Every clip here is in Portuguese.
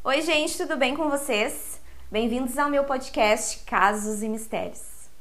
Oi, gente, tudo bem com vocês? Bem-vindos ao meu podcast Casos e Mistérios.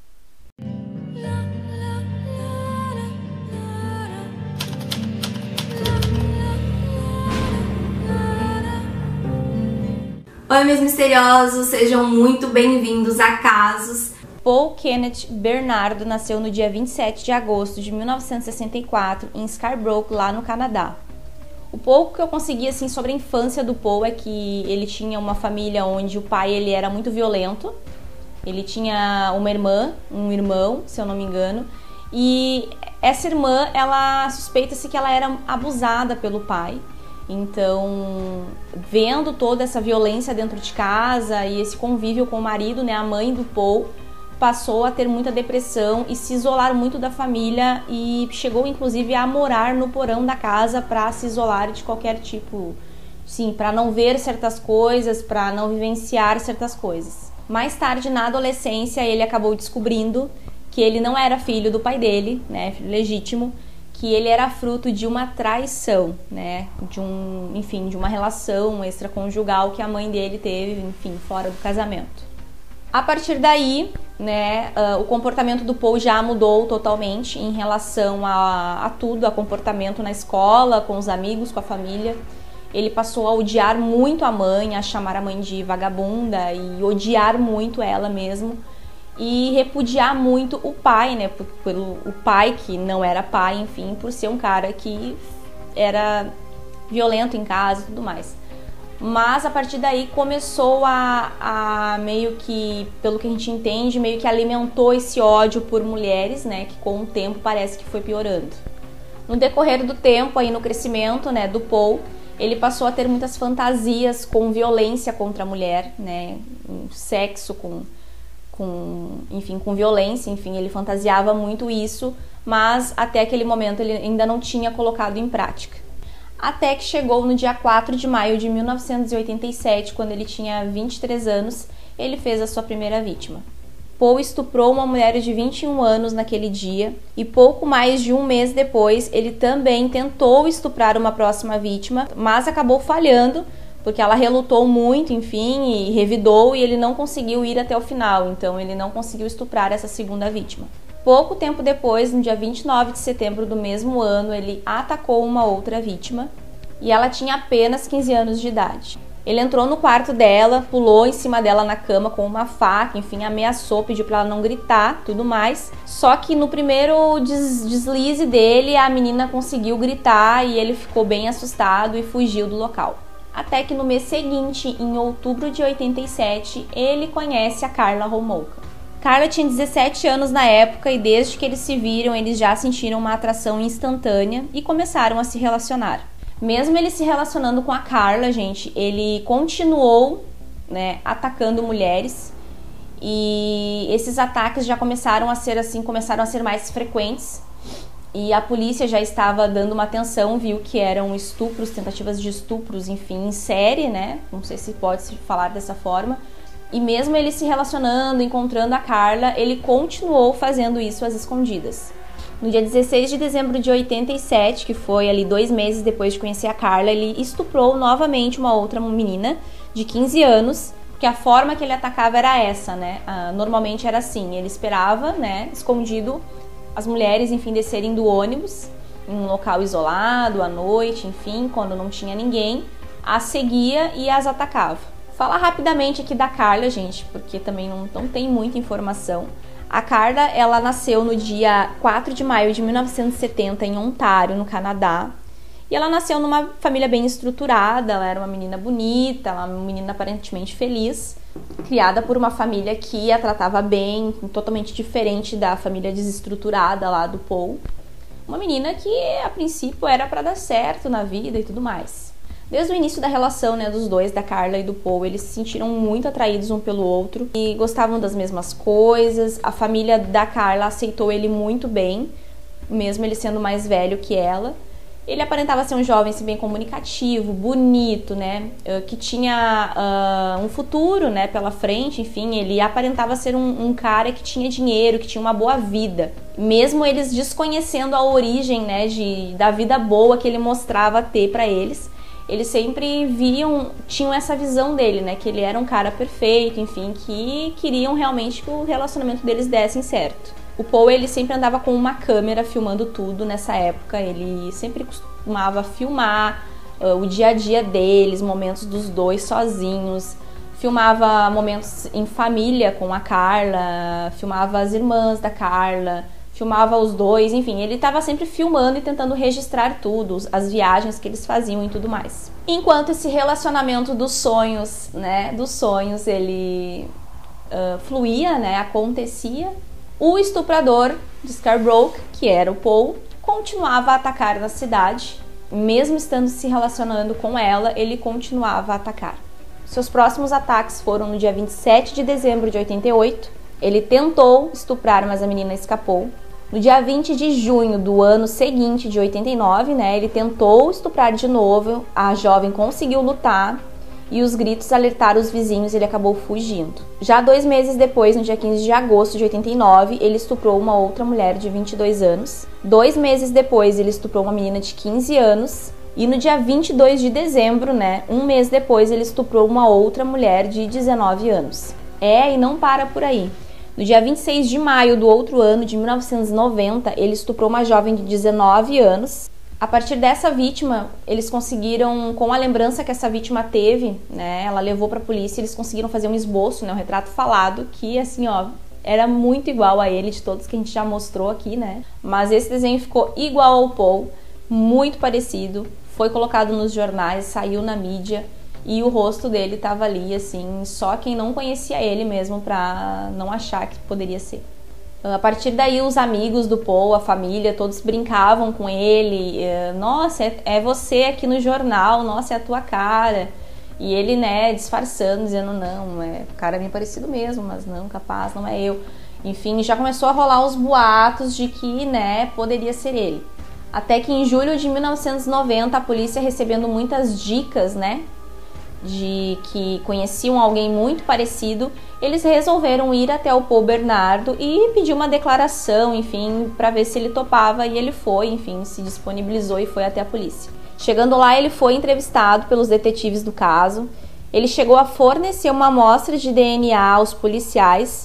Oi, meus misteriosos, sejam muito bem-vindos a Casos. Paul Kenneth Bernardo nasceu no dia 27 de agosto de 1964 em Scarborough, lá no Canadá. O pouco que eu consegui sobre a infância do Paul é que ele tinha uma família onde o pai ele era muito violento. Ele tinha uma irmã, um irmão, se eu não me engano, e essa irmã, ela suspeita-se que ela era abusada pelo pai. Então, vendo toda essa violência dentro de casa e esse convívio com o marido, né, a mãe do Paul passou a ter muita depressão e se isolar muito da família e chegou inclusive a morar no porão da casa para se isolar de qualquer tipo, sim, para não ver certas coisas, para não vivenciar certas coisas. Mais tarde, na adolescência, ele acabou descobrindo que ele não era filho do pai dele, né, filho legítimo, que ele era fruto de uma traição, né, de uma relação extraconjugal que a mãe dele teve, enfim, fora do casamento. A partir daí, né, o comportamento do Paul já mudou totalmente em relação a tudo, a comportamento na escola, com os amigos, com a família. Ele passou a odiar muito a mãe, a chamar a mãe de vagabunda e odiar muito ela mesmo. E repudiar muito o pai, né, pelo o pai que não era pai, enfim, por ser um cara que era violento em casa e tudo mais. Mas a partir daí começou a meio que, pelo que a gente entende, meio que alimentou esse ódio por mulheres, né, que com o tempo parece que foi piorando. No decorrer do tempo, aí no crescimento, né, do Paul, ele passou a ter muitas fantasias com violência contra a mulher, né, sexo com violência, enfim, ele fantasiava muito isso, mas até aquele momento ele ainda não tinha colocado em prática. Até que chegou no dia 4 de maio de 1987, quando ele tinha 23 anos, ele fez a sua primeira vítima. Paul estuprou uma mulher de 21 anos naquele dia e pouco mais de um mês depois, ele também tentou estuprar uma próxima vítima, mas acabou falhando, porque ela relutou muito, enfim, e revidou e ele não conseguiu ir até o final, então ele não conseguiu estuprar essa segunda vítima. Pouco tempo depois, no dia 29 de setembro do mesmo ano, ele atacou uma outra vítima e ela tinha apenas 15 anos de idade. Ele entrou no quarto dela, pulou em cima dela na cama com uma faca, enfim, ameaçou, pediu para ela não gritar, tudo mais. Só que no primeiro deslize dele, a menina conseguiu gritar e ele ficou bem assustado e fugiu do local. Até que no mês seguinte, em outubro de 87, ele conhece a Karla Homolka. Karla tinha 17 anos na época e desde que eles se viram, eles já sentiram uma atração instantânea e começaram a se relacionar. Mesmo ele se relacionando com a Karla, gente, ele continuou, né, atacando mulheres e esses ataques já começaram a ser mais frequentes e a polícia já estava dando uma atenção, viu que eram estupros, tentativas de estupros, enfim, em série, né, não sei se pode se falar dessa forma. E mesmo ele se relacionando, encontrando a Karla, ele continuou fazendo isso às escondidas. No dia 16 de dezembro de 87, que foi ali 2 meses depois de conhecer a Karla, ele estuprou novamente uma outra menina de 15 anos, que a forma que ele atacava era essa, né? Normalmente era assim, ele esperava, né, escondido, as mulheres, enfim, descerem do ônibus, em um local isolado, à noite, enfim, quando não tinha ninguém, as seguia e as atacava. Falar rapidamente aqui da Karla, gente, porque também não tem muita informação. A Karla, ela nasceu no dia 4 de maio de 1970 em Ontário, no Canadá. E ela nasceu numa família bem estruturada, ela era uma menina bonita, ela era uma menina aparentemente feliz, criada por uma família que a tratava bem, totalmente diferente da família desestruturada lá do Paul. Uma menina que, a princípio, era para dar certo na vida e tudo mais. Desde o início da relação, né, dos dois, da Karla e do Paul, eles se sentiram muito atraídos um pelo outro e gostavam das mesmas coisas. A família da Karla aceitou ele muito bem, mesmo ele sendo mais velho que ela. Ele aparentava ser um jovem assim, bem comunicativo, bonito, né, que tinha um futuro, né, pela frente, enfim, ele aparentava ser um cara que tinha dinheiro, que tinha uma boa vida. Mesmo eles desconhecendo a origem, né, da vida boa que ele mostrava ter para eles, eles sempre tinham essa visão dele, né, que ele era um cara perfeito, enfim, que queriam realmente que o relacionamento deles desse certo. O Paul, ele sempre andava com uma câmera filmando tudo nessa época, ele sempre costumava filmar o dia a dia deles, momentos dos dois sozinhos, filmava momentos em família com a Carla, filmava as irmãs da Carla, filmava os dois, enfim, ele estava sempre filmando e tentando registrar tudo, as viagens que eles faziam e tudo mais. Enquanto esse relacionamento dos sonhos, né, ele fluía, né, acontecia, o estuprador de Scarborough, que era o Paul, continuava a atacar na cidade, mesmo estando se relacionando com ela, ele continuava a atacar. Seus próximos ataques foram no dia 27 de dezembro de 88, ele tentou estuprar, mas a menina escapou. No dia 20 de junho do ano seguinte, de 89, né, ele tentou estuprar de novo, a jovem conseguiu lutar e os gritos alertaram os vizinhos e ele acabou fugindo. Já 2 meses depois, no dia 15 de agosto de 89, ele estuprou uma outra mulher de 22 anos. 2 meses depois, ele estuprou uma menina de 15 anos. E no dia 22 de dezembro, né, 1 mês depois, ele estuprou uma outra mulher de 19 anos. E não para por aí. No dia 26 de maio do outro ano, de 1990, ele estuprou uma jovem de 19 anos. A partir dessa vítima, eles conseguiram, com a lembrança que essa vítima teve, né, ela levou para a polícia, eles conseguiram fazer um esboço, né, um retrato falado, que assim, ó, era muito igual a ele, de todos que a gente já mostrou aqui, né. Mas esse desenho ficou igual ao Paul, muito parecido, foi colocado nos jornais, saiu na mídia, e o rosto dele estava ali, assim, só quem não conhecia ele mesmo para não achar que poderia ser. A partir daí, os amigos do Paul, a família, todos brincavam com ele. Nossa, é você aqui no jornal, nossa, é a tua cara. E ele, né, disfarçando, dizendo, não, o cara é bem parecido mesmo, mas não, capaz, não é eu. Enfim, já começou a rolar os boatos de que, né, poderia ser ele. Até que em julho de 1990, a polícia, recebendo muitas dicas, né, de que conheciam alguém muito parecido, eles resolveram ir até o Paul Bernardo e pedir uma declaração, enfim, para ver se ele topava, e ele foi, enfim, se disponibilizou e foi até a polícia. Chegando lá, ele foi entrevistado pelos detetives do caso, ele chegou a fornecer uma amostra de DNA aos policiais,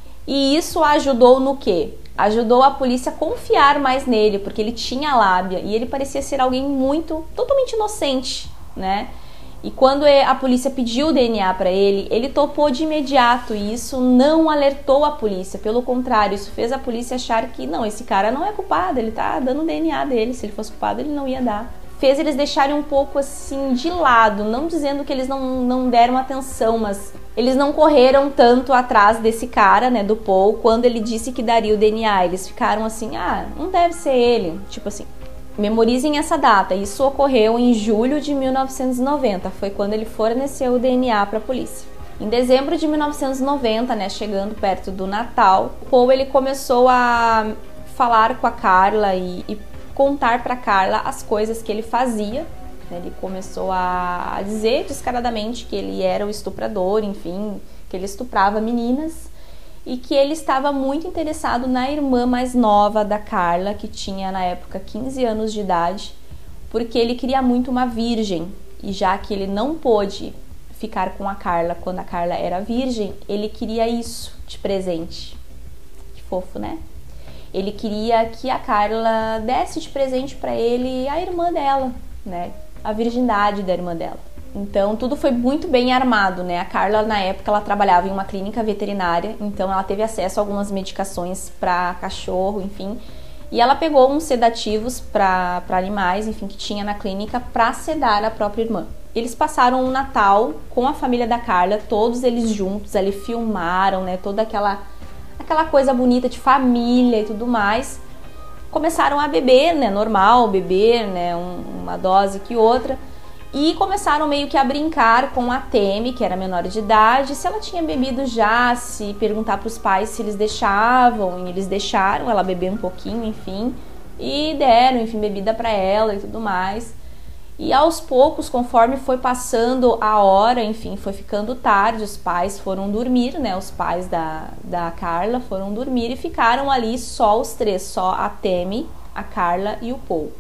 e isso ajudou no quê? Ajudou a polícia a confiar mais nele, porque ele tinha lábia, e ele parecia ser alguém totalmente inocente, né? E quando a polícia pediu o DNA para ele, ele topou de imediato, e isso não alertou a polícia. Pelo contrário, isso fez a polícia achar que, não, esse cara não é culpado, ele tá dando o DNA dele, se ele fosse culpado ele não ia dar. Fez eles deixarem um pouco assim de lado, não dizendo que eles não deram atenção, mas eles não correram tanto atrás desse cara, né, do Paul, quando ele disse que daria o DNA. Eles ficaram assim, não deve ser ele, tipo assim. Memorizem essa data, isso ocorreu em julho de 1990, foi quando ele forneceu o DNA para a polícia. Em dezembro de 1990, né, chegando perto do Natal, o Paul, ele começou a falar com a Carla e contar para Carla as coisas que ele fazia. Ele começou a dizer descaradamente que ele era o estuprador, enfim, que ele estuprava meninas. E que ele estava muito interessado na irmã mais nova da Carla, que tinha na época 15 anos de idade, porque ele queria muito uma virgem, e já que ele não pôde ficar com a Carla quando a Carla era virgem, ele queria isso de presente. Que fofo, né? Ele queria que a Carla desse de presente para ele a irmã dela, né? A virgindade da irmã dela. Então, tudo foi muito bem armado, né? A Carla, na época, ela trabalhava em uma clínica veterinária, então ela teve acesso a algumas medicações para cachorro, enfim. E ela pegou uns sedativos para animais, enfim, que tinha na clínica, para sedar a própria irmã. Eles passaram um Natal com a família da Carla, todos eles juntos, ali filmaram, né? Toda aquela coisa bonita de família e tudo mais. Começaram a beber, né? Normal, beber, né? Uma dose que outra. E começaram meio que a brincar com a Temi, que era menor de idade, se ela tinha bebido já, se perguntar para os pais se eles deixavam, e eles deixaram ela beber um pouquinho, enfim, e deram, enfim, bebida para ela e tudo mais. E aos poucos, conforme foi passando a hora, enfim, foi ficando tarde, os pais foram dormir, né, os pais da Carla foram dormir e ficaram ali só os três, só a Temi, a Carla e o Paul.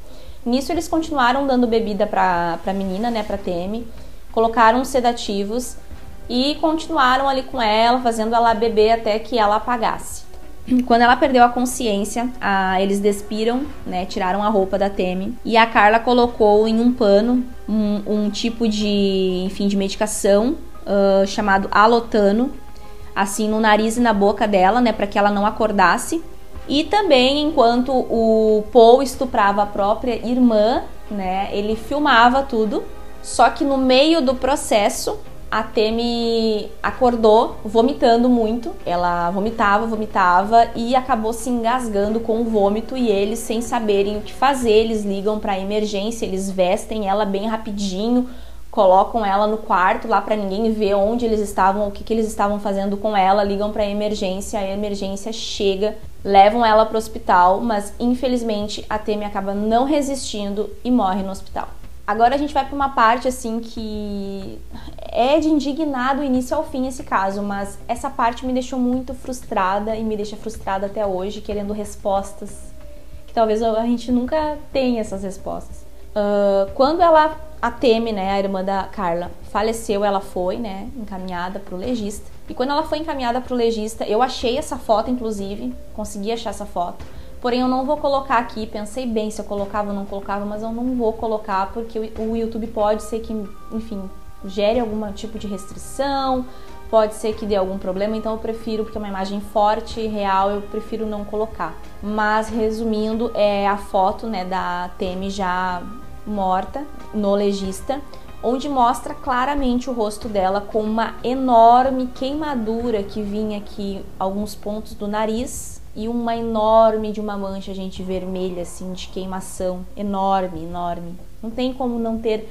Nisso eles continuaram dando bebida pra menina, né, pra Temi, colocaram sedativos e continuaram ali com ela, fazendo ela beber até que ela apagasse. Quando ela perdeu a consciência, eles despiram, né, tiraram a roupa da Temi e a Carla colocou em um pano um tipo de, enfim, de medicação chamado alotano, assim no nariz e na boca dela, né, para que ela não acordasse. E também, enquanto o Paul estuprava a própria irmã, né, ele filmava tudo. Só que no meio do processo, a Temi acordou vomitando muito. Ela vomitava e acabou se engasgando com o vômito e eles, sem saberem o que fazer, eles ligam para emergência, eles vestem ela bem rapidinho, colocam ela no quarto lá para ninguém ver onde eles estavam, o que eles estavam fazendo com ela, ligam para emergência, a emergência chega, levam ela para o hospital, mas infelizmente a Temi acaba não resistindo e morre no hospital. Agora a gente vai para uma parte assim que é de indignar do início ao fim esse caso, mas essa parte me deixou muito frustrada e me deixa frustrada até hoje, querendo respostas que talvez a gente nunca tenha essas respostas. Quando a Temi, né, a irmã da Carla, faleceu, ela foi, né, encaminhada para o legista. E quando ela foi encaminhada para o legista, eu achei essa foto, inclusive, consegui achar essa foto. Porém, eu não vou colocar aqui, pensei bem se eu colocava ou não colocava, mas eu não vou colocar porque o YouTube pode ser que, enfim, gere algum tipo de restrição, pode ser que dê algum problema, então eu prefiro, porque é uma imagem forte e real, eu prefiro não colocar. Mas, resumindo, é a foto, né, da Temi já morta no legista, onde mostra claramente o rosto dela com uma enorme queimadura que vinha aqui, alguns pontos do nariz, e uma enorme de uma mancha, gente, vermelha, assim, de queimação, enorme, enorme. Não tem como não ter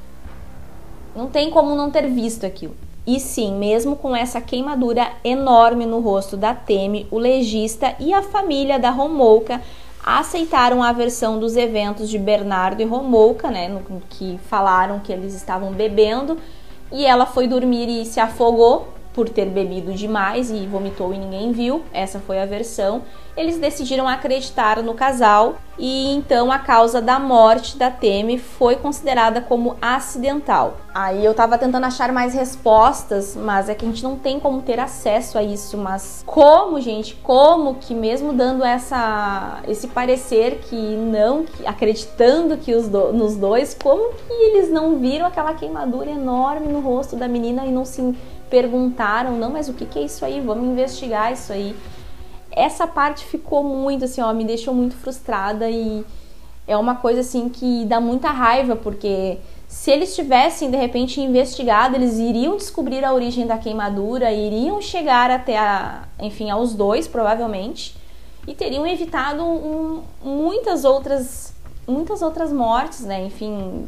visto aquilo. E sim, mesmo com essa queimadura enorme no rosto da Temi, o legista e a família da Homolka aceitaram a versão dos eventos de Bernardo e Homolka, né, no que falaram que eles estavam bebendo, e ela foi dormir e se afogou por ter bebido demais e vomitou e ninguém viu. Essa foi a versão. Eles decidiram acreditar no casal e então a causa da morte da Temi foi considerada como acidental. Aí eu tava tentando achar mais respostas, mas é que a gente não tem como ter acesso a isso. Mas como, gente, como que mesmo dando esse parecer acreditando que nos dois, como que eles não viram aquela queimadura enorme no rosto da menina e não se perguntaram, não, mas o que é isso aí? Vamos investigar isso aí. Essa parte ficou muito assim, ó, me deixou muito frustrada e é uma coisa assim que dá muita raiva, porque se eles tivessem de repente investigado, eles iriam descobrir a origem da queimadura, iriam chegar até aos dois, provavelmente, e teriam evitado muitas outras mortes, né? Enfim.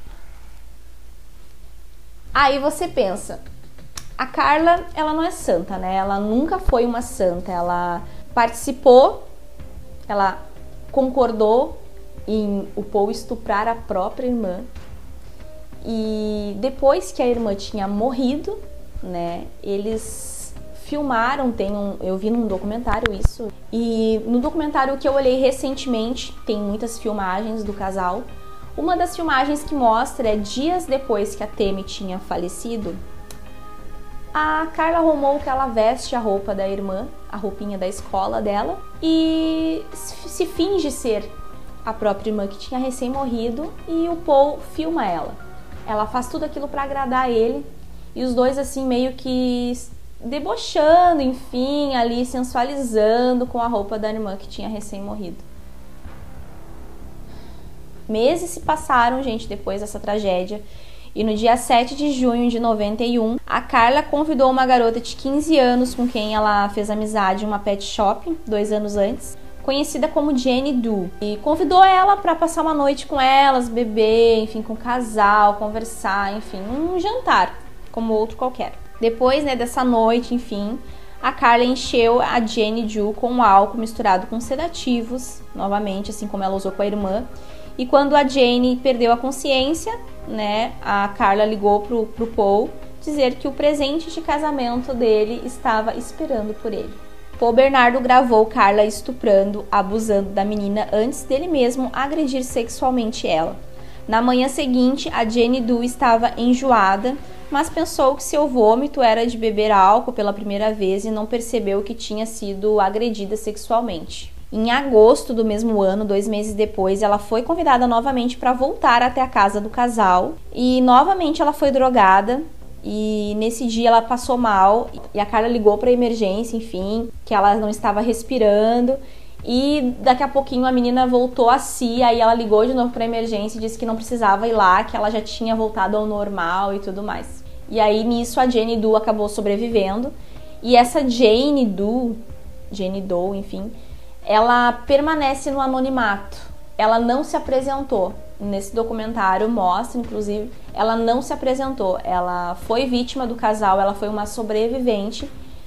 Aí você pensa, a Carla, ela não é santa, né? Ela nunca foi uma santa. Ela participou, ela concordou em o Paul estuprar a própria irmã. E depois que a irmã tinha morrido, né? Eles filmaram, eu vi num documentário isso. E no documentário que eu olhei recentemente, tem muitas filmagens do casal. Uma das filmagens que mostra é dias depois que a Temi tinha falecido. A Carla Homolka, ela veste a roupa da irmã, a roupinha da escola dela, e se finge ser a própria irmã que tinha recém morrido, e o Paul filma ela. Ela faz tudo aquilo para agradar ele, e os dois assim meio que debochando, enfim, ali sensualizando com a roupa da irmã que tinha recém morrido. Meses se passaram, gente, depois dessa tragédia. E no dia 7 de junho de 91, a Carla convidou uma garota de 15 anos com quem ela fez amizade em uma pet shop 2 anos antes, conhecida como Jenny Du. E convidou ela para passar uma noite com elas, beber, enfim, com o casal, conversar, enfim, um jantar, como outro qualquer. Depois, né, dessa noite, enfim, a Carla encheu a Jenny Du com álcool misturado com sedativos, novamente, assim como ela usou com a irmã. E quando a Jenny perdeu a consciência, né, a Carla ligou pro Paul dizer que o presente de casamento dele estava esperando por ele. Paul Bernardo gravou Carla estuprando, abusando da menina antes dele mesmo agredir sexualmente ela. Na manhã seguinte, a Jenny Doe estava enjoada, mas pensou que seu vômito era de beber álcool pela primeira vez e não percebeu que tinha sido agredida sexualmente. Em agosto do mesmo ano, 2 meses depois, ela foi convidada novamente para voltar até a casa do casal e novamente ela foi drogada. E nesse dia ela passou mal e a Carla ligou para a emergência, enfim, que ela não estava respirando. E daqui a pouquinho a menina voltou a si, aí ela ligou de novo para a emergência e disse que não precisava ir lá, que ela já tinha voltado ao normal e tudo mais. E aí nisso a Jenny Doe acabou sobrevivendo. E essa Jenny Doe, enfim, ela permanece no anonimato. Ela não se apresentou. Nesse documentário mostra, inclusive, ela não se apresentou. Ela foi vítima do casal, ela foi uma sobrevivente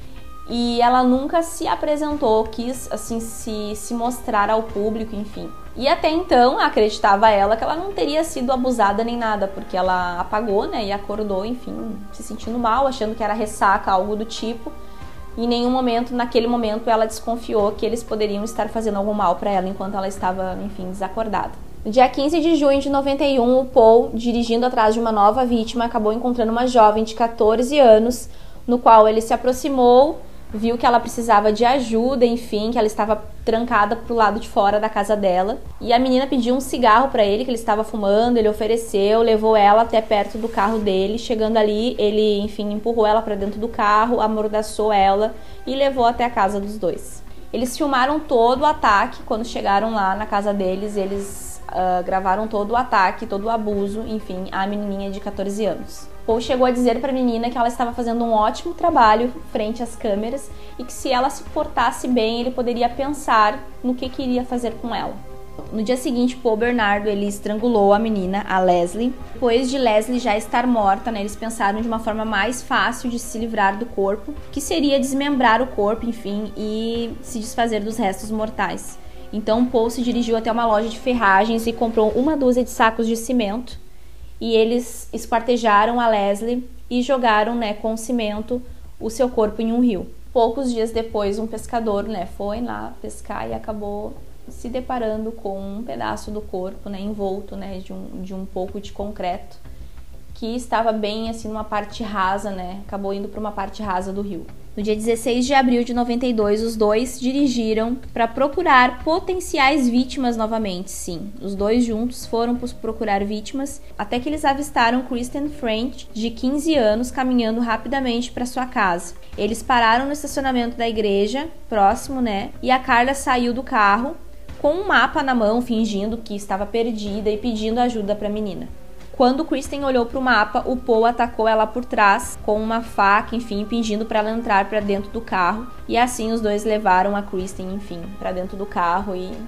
e ela nunca se apresentou, quis assim se mostrar ao público, enfim. E até então acreditava ela que ela não teria sido abusada nem nada, porque ela apagou, né, e acordou, enfim, se sentindo mal, achando que era ressaca, algo do tipo. Em nenhum momento, naquele momento, ela desconfiou que eles poderiam estar fazendo algum mal para ela enquanto ela estava, enfim, desacordada. No dia 15 de junho de 91, o Paul, dirigindo atrás de uma nova vítima, acabou encontrando uma jovem de 14 anos, no qual ele se aproximou, viu que ela precisava de ajuda, enfim, que ela estava trancada pro lado de fora da casa dela. E a menina pediu um cigarro para ele, que ele estava fumando, ele ofereceu, levou ela até perto do carro dele. Chegando ali, ele, enfim, empurrou ela para dentro do carro, amordaçou ela e levou até a casa dos dois. Eles filmaram todo o ataque. Quando chegaram lá na casa deles, eles gravaram todo o ataque, todo o abuso, enfim, à menininha de 14 anos. Paul chegou a dizer para a menina que ela estava fazendo um ótimo trabalho frente às câmeras e que se ela se portasse bem, ele poderia pensar no que iria fazer com ela. No dia seguinte, Paul Bernardo, ele estrangulou a menina, a Leslie. Depois de Leslie já estar morta, né, eles pensaram de uma forma mais fácil de se livrar do corpo, que seria desmembrar o corpo, enfim, e se desfazer dos restos mortais. Então Paul se dirigiu até uma loja de ferragens e comprou 1 dúzia de sacos de cimento. E eles esquartejaram a Leslie e jogaram, né, com cimento o seu corpo em um rio. Poucos dias depois, um pescador, né, foi lá pescar e acabou se deparando com um pedaço do corpo, né, envolto, né, de um pouco de concreto, que estava bem assim numa parte rasa, né, acabou indo para uma parte rasa do rio. No dia 16 de abril de 92, os dois dirigiram para procurar potenciais vítimas novamente. Sim, os dois juntos foram procurar vítimas, até que eles avistaram Kristen French, de 15 anos, caminhando rapidamente para sua casa. Eles pararam no estacionamento da igreja, próximo, né, e a Carla saiu do carro com um mapa na mão, fingindo que estava perdida e pedindo ajuda para a menina. Quando Kristen olhou para o mapa, o Paul atacou ela por trás com uma faca, enfim, pedindo para ela entrar para dentro do carro. E assim os dois levaram a Kristen, enfim, para dentro do carro e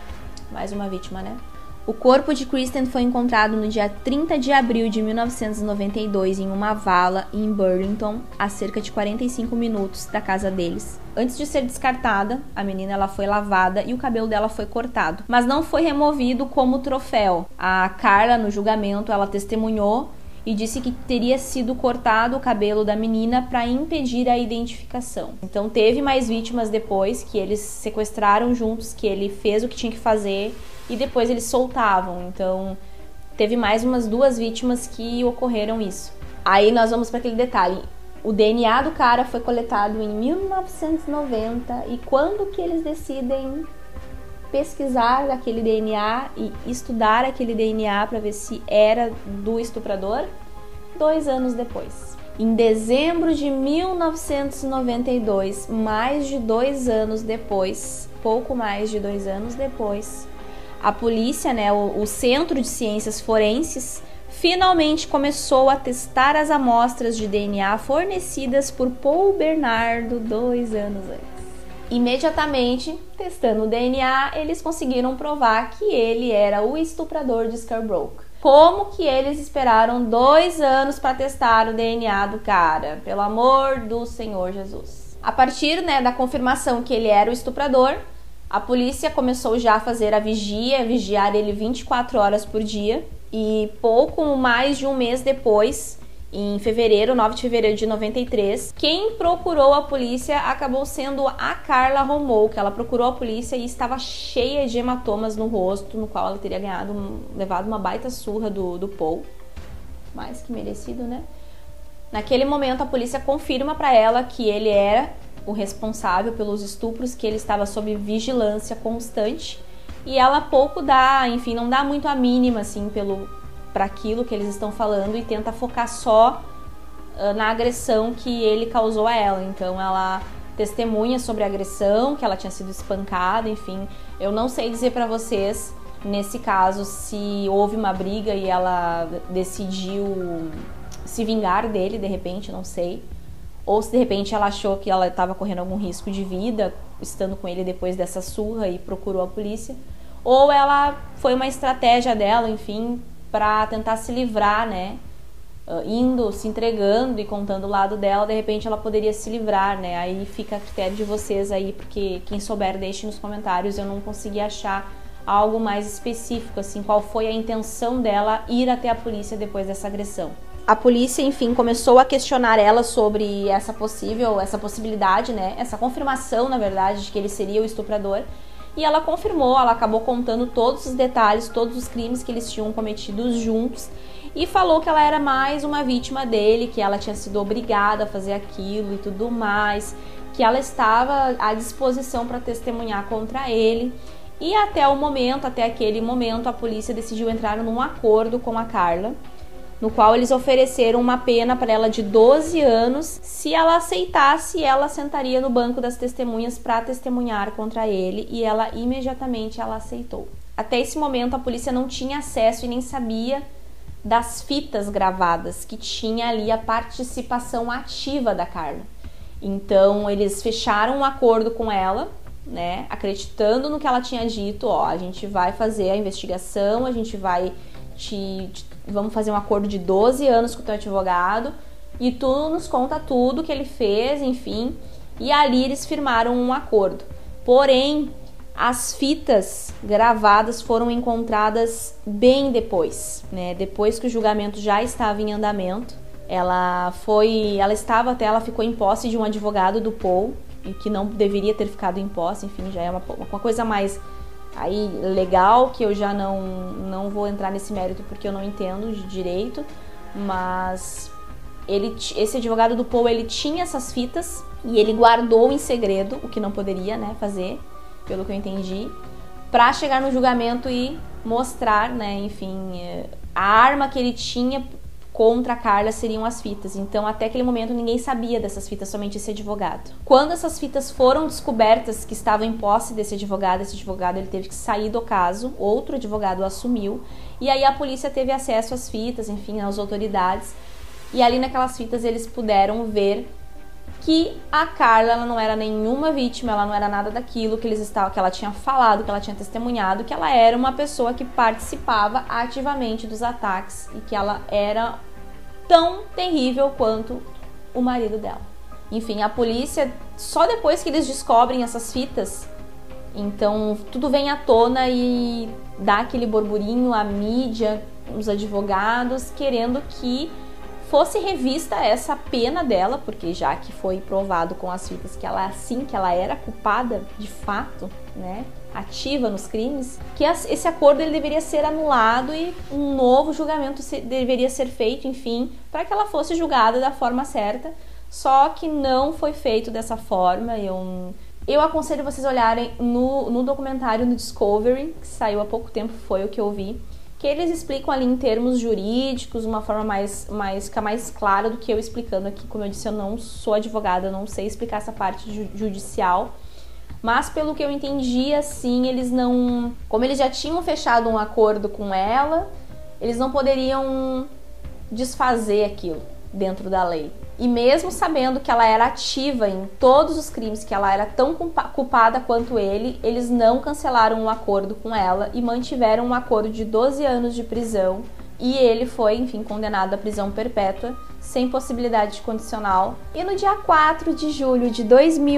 mais uma vítima, né? O corpo de Kristen foi encontrado no dia 30 de abril de 1992 em uma vala em Burlington, a cerca de 45 minutos da casa deles. Antes de ser descartada, a menina ela foi lavada e o cabelo dela foi cortado, mas não foi removido como troféu. A Carla, no julgamento, ela testemunhou e disse que teria sido cortado o cabelo da menina para impedir a identificação. Então teve mais vítimas depois, que eles sequestraram juntos, que ele fez o que tinha que fazer e depois eles soltavam. Então teve mais umas 2 vítimas que ocorreram isso. Aí nós vamos para aquele detalhe. O DNA do cara foi coletado em 1990 e quando que eles decidem pesquisar aquele DNA e estudar aquele DNA para ver se era do estuprador? 2 anos depois. Em dezembro de 1992, mais de 2 anos depois, pouco mais de 2 anos depois, a polícia, né, o Centro de Ciências Forenses, finalmente começou a testar as amostras de DNA fornecidas por Paul Bernardo 2 anos antes. Imediatamente, testando o DNA, eles conseguiram provar que ele era o estuprador de Scarborough. Como que eles esperaram 2 anos para testar o DNA do cara? Pelo amor do Senhor Jesus. A partir, né, da confirmação que ele era o estuprador, a polícia começou já a fazer a vigiar ele 24 horas por dia. E pouco mais de um mês depois em fevereiro, 9 de fevereiro de 93. Quem procurou a polícia acabou sendo a Karla Romou, que ela procurou a polícia e estava cheia de hematomas no rosto, no qual ela teria levado uma baita surra do Paul. Mais que merecido, né? Naquele momento, a polícia confirma para ela que ele era o responsável pelos estupros, que ele estava sob vigilância constante. E ela pouco dá, enfim, não dá muito a mínima, assim, para aquilo que eles estão falando e tenta focar só na agressão que ele causou a ela. Então ela testemunha sobre a agressão, que ela tinha sido espancada, enfim. Eu não sei dizer para vocês, nesse caso, se houve uma briga e ela decidiu se vingar dele, de repente, não sei. Ou se de repente ela achou que ela estava correndo algum risco de vida, estando com ele depois dessa surra e procurou a polícia. Ou ela foi uma estratégia dela, enfim, para tentar se livrar, né? Indo, se entregando e contando o lado dela, de repente ela poderia se livrar, né? Aí fica a critério de vocês aí, porque quem souber deixe nos comentários. Eu não consegui achar algo mais específico, assim, qual foi a intenção dela ir até a polícia depois dessa agressão. A polícia, enfim, começou a questionar ela sobre essa possibilidade, né? Essa confirmação, na verdade, de que ele seria o estuprador. E ela confirmou, ela acabou contando todos os detalhes, todos os crimes que eles tinham cometidos juntos. E falou que ela era mais uma vítima dele, que ela tinha sido obrigada a fazer aquilo e tudo mais. Que ela estava à disposição para testemunhar contra ele. E até aquele momento, a polícia decidiu entrar num acordo com a Karla, no qual eles ofereceram uma pena para ela de 12 anos. Se ela aceitasse, ela sentaria no banco das testemunhas para testemunhar contra ele, e ela imediatamente aceitou. Até esse momento, a polícia não tinha acesso e nem sabia das fitas gravadas, que tinha ali a participação ativa da Karla. Então, eles fecharam um acordo com ela, né, acreditando no que ela tinha dito. Ó, a gente vai fazer a investigação, a gente vai vamos fazer um acordo de 12 anos com o teu advogado e tu nos conta tudo que ele fez, enfim. E ali eles firmaram um acordo. Porém, as fitas gravadas foram encontradas bem depois, né? Depois que o julgamento já estava em andamento. Ela ficou em posse de um advogado do Paul, e que não deveria ter ficado em posse, enfim, já é uma coisa mais aí legal, que eu já não vou entrar nesse mérito porque eu não entendo de direito, mas esse advogado do Paul, ele tinha essas fitas e ele guardou em segredo, o que não poderia, né, fazer, pelo que eu entendi, para chegar no julgamento e mostrar, né, enfim, a arma que ele tinha contra a Karla seriam as fitas. Então, até aquele momento, ninguém sabia dessas fitas, somente esse advogado. Quando essas fitas foram descobertas que estavam em posse desse advogado, ele teve que sair do caso, outro advogado assumiu, e aí a polícia teve acesso às fitas, enfim, às autoridades, e ali naquelas fitas eles puderam ver que a Karla, ela não era nenhuma vítima, ela não era nada daquilo que ela tinha falado, que ela tinha testemunhado, que ela era uma pessoa que participava ativamente dos ataques e que ela era tão terrível quanto o marido dela. Enfim, a polícia, só depois que eles descobrem essas fitas, então tudo vem à tona e dá aquele burburinho, a mídia, os advogados, querendo que fosse revista essa pena dela, porque já que foi provado com as fitas que ela era culpada de fato, né, ativa nos crimes, que esse acordo ele deveria ser anulado e um novo julgamento deveria ser feito, enfim, para que ela fosse julgada da forma certa. Só que não foi feito dessa forma. Eu aconselho vocês olharem no documentário no Discovery, que saiu há pouco tempo, foi o que eu vi, que eles explicam ali em termos jurídicos, uma forma fica mais clara do que eu explicando aqui. Como eu disse, eu não sou advogada, eu não sei explicar essa parte judicial, mas pelo que eu entendi, assim, como eles já tinham fechado um acordo com ela, eles não poderiam desfazer aquilo dentro da lei. E mesmo sabendo que ela era ativa em todos os crimes, que ela era tão culpada quanto ele, eles não cancelaram um acordo com ela e mantiveram um acordo de 12 anos de prisão. E ele foi, enfim, condenado à prisão perpétua, sem possibilidade de condicional. E no dia 4 de julho de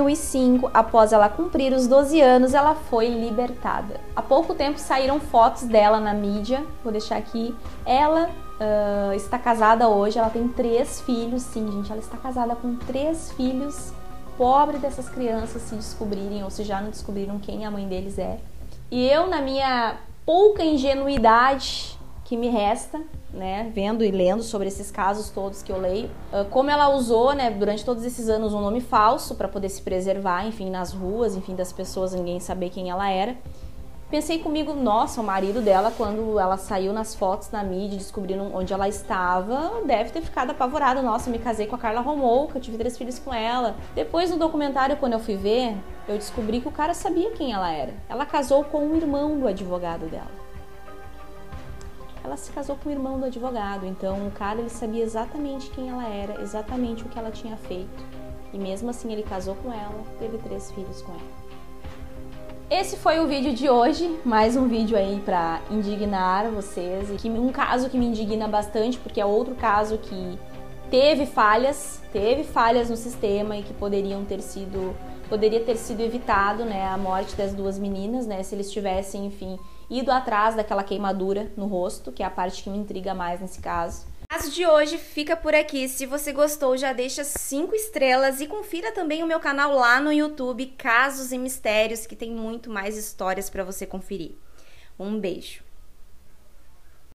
2005, após ela cumprir os 12 anos, ela foi libertada. Há pouco tempo saíram fotos dela na mídia, vou deixar aqui, ela está casada hoje, ela tem 3 filhos, sim, gente, ela está casada com 3 filhos. Pobre dessas crianças se descobrirem ou se já não descobriram quem a mãe deles é. E eu, na minha pouca ingenuidade que me resta, né, vendo e lendo sobre esses casos todos que eu leio, como ela usou, né, durante todos esses anos um nome falso para poder se preservar, enfim, nas ruas, enfim, das pessoas, ninguém saber quem ela era. Pensei comigo, nossa, o marido dela, quando ela saiu nas fotos na mídia, descobriram onde ela estava, deve ter ficado apavorado. Nossa, eu me casei com a Karla Homolka, eu tive 3 filhos com ela. Depois no documentário, quando eu fui ver, eu descobri que o cara sabia quem ela era. Ela casou com o irmão do advogado dela. Ela se casou com o irmão do advogado, então o cara, ele sabia exatamente quem ela era, exatamente o que ela tinha feito. E mesmo assim ele casou com ela, teve 3 filhos com ela. Esse foi o vídeo de hoje, mais um vídeo aí pra indignar vocês, e um caso que me indigna bastante, porque é outro caso que teve falhas no sistema e que poderia ter sido evitado, né, a morte das 2 meninas, né, se eles tivessem, enfim, ido atrás daquela queimadura no rosto, que é a parte que me intriga mais nesse caso. O caso de hoje fica por aqui. Se você gostou, já deixa 5 estrelas e confira também o meu canal lá no YouTube, Casos e Mistérios, que tem muito mais histórias para você conferir. Um beijo!